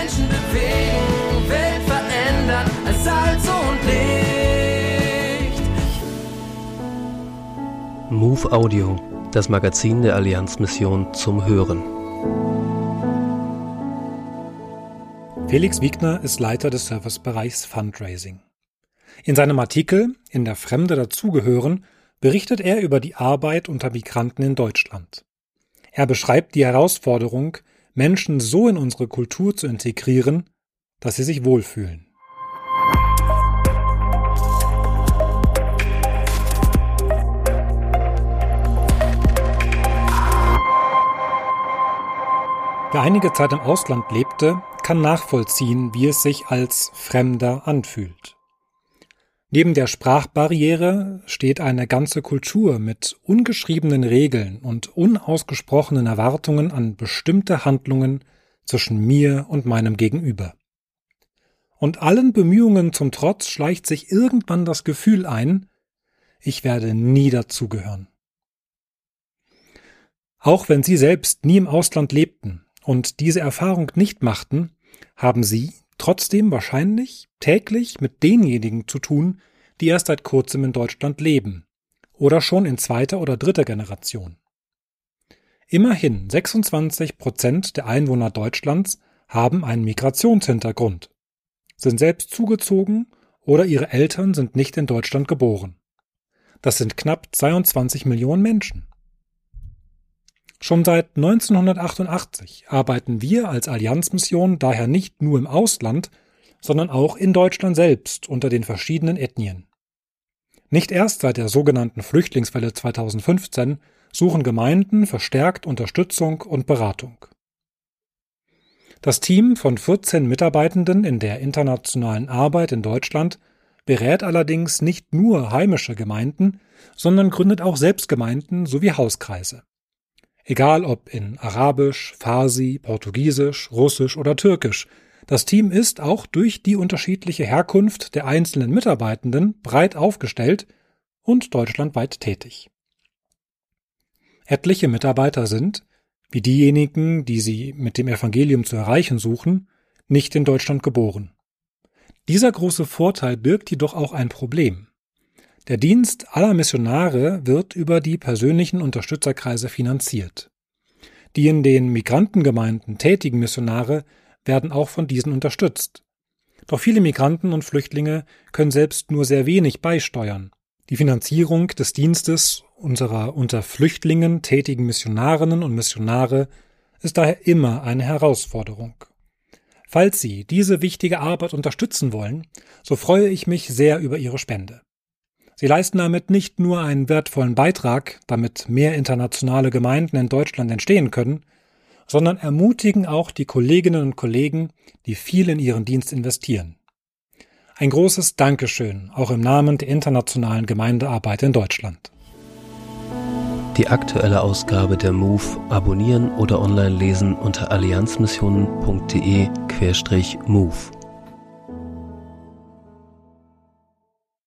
Menschen bewegen, Welt verändern als Salz und Licht. Move Audio, das Magazin der Allianzmission zum Hören. Felix Wiegner ist Leiter des Servicebereichs Fundraising. In seinem Artikel »In der Fremde dazugehören« berichtet er über die Arbeit unter Migranten in Deutschland. Er beschreibt die Herausforderung, Menschen so in unsere Kultur zu integrieren, dass sie sich wohlfühlen. Wer einige Zeit im Ausland lebte, kann nachvollziehen, wie es sich als Fremder anfühlt. Neben der Sprachbarriere steht eine ganze Kultur mit ungeschriebenen Regeln und unausgesprochenen Erwartungen an bestimmte Handlungen zwischen mir und meinem Gegenüber. Und allen Bemühungen zum Trotz schleicht sich irgendwann das Gefühl ein, ich werde nie dazugehören. Auch wenn Sie selbst nie im Ausland lebten und diese Erfahrung nicht machten, haben Sie trotzdem wahrscheinlich täglich mit denjenigen zu tun, die erst seit kurzem in Deutschland leben oder schon in zweiter oder dritter Generation. Immerhin 26% der Einwohner Deutschlands haben einen Migrationshintergrund, sind selbst zugezogen oder ihre Eltern sind nicht in Deutschland geboren. Das sind knapp 22 Millionen Menschen. Schon seit 1988 arbeiten wir als Allianzmission daher nicht nur im Ausland, sondern auch in Deutschland selbst unter den verschiedenen Ethnien. Nicht erst seit der sogenannten Flüchtlingswelle 2015 suchen Gemeinden verstärkt Unterstützung und Beratung. Das Team von 14 Mitarbeitenden in der internationalen Arbeit in Deutschland berät allerdings nicht nur heimische Gemeinden, sondern gründet auch Selbstgemeinden sowie Hauskreise. Egal ob in Arabisch, Farsi, Portugiesisch, Russisch oder Türkisch, das Team ist auch durch die unterschiedliche Herkunft der einzelnen Mitarbeitenden breit aufgestellt und deutschlandweit tätig. Etliche Mitarbeiter sind, wie diejenigen, die sie mit dem Evangelium zu erreichen suchen, nicht in Deutschland geboren. Dieser große Vorteil birgt jedoch auch ein Problem. Der Dienst aller Missionare wird über die persönlichen Unterstützerkreise finanziert. Die in den Migrantengemeinden tätigen Missionare werden auch von diesen unterstützt. Doch viele Migranten und Flüchtlinge können selbst nur sehr wenig beisteuern. Die Finanzierung des Dienstes unserer unter Flüchtlingen tätigen Missionarinnen und Missionare ist daher immer eine Herausforderung. Falls Sie diese wichtige Arbeit unterstützen wollen, so freue ich mich sehr über Ihre Spende. Sie leisten damit nicht nur einen wertvollen Beitrag, damit mehr internationale Gemeinden in Deutschland entstehen können, sondern ermutigen auch die Kolleginnen und Kollegen, die viel in ihren Dienst investieren. Ein großes Dankeschön, auch im Namen der internationalen Gemeindearbeit in Deutschland. Die aktuelle Ausgabe der MOVE abonnieren oder online lesen unter allianzmissionen.de/MOVE.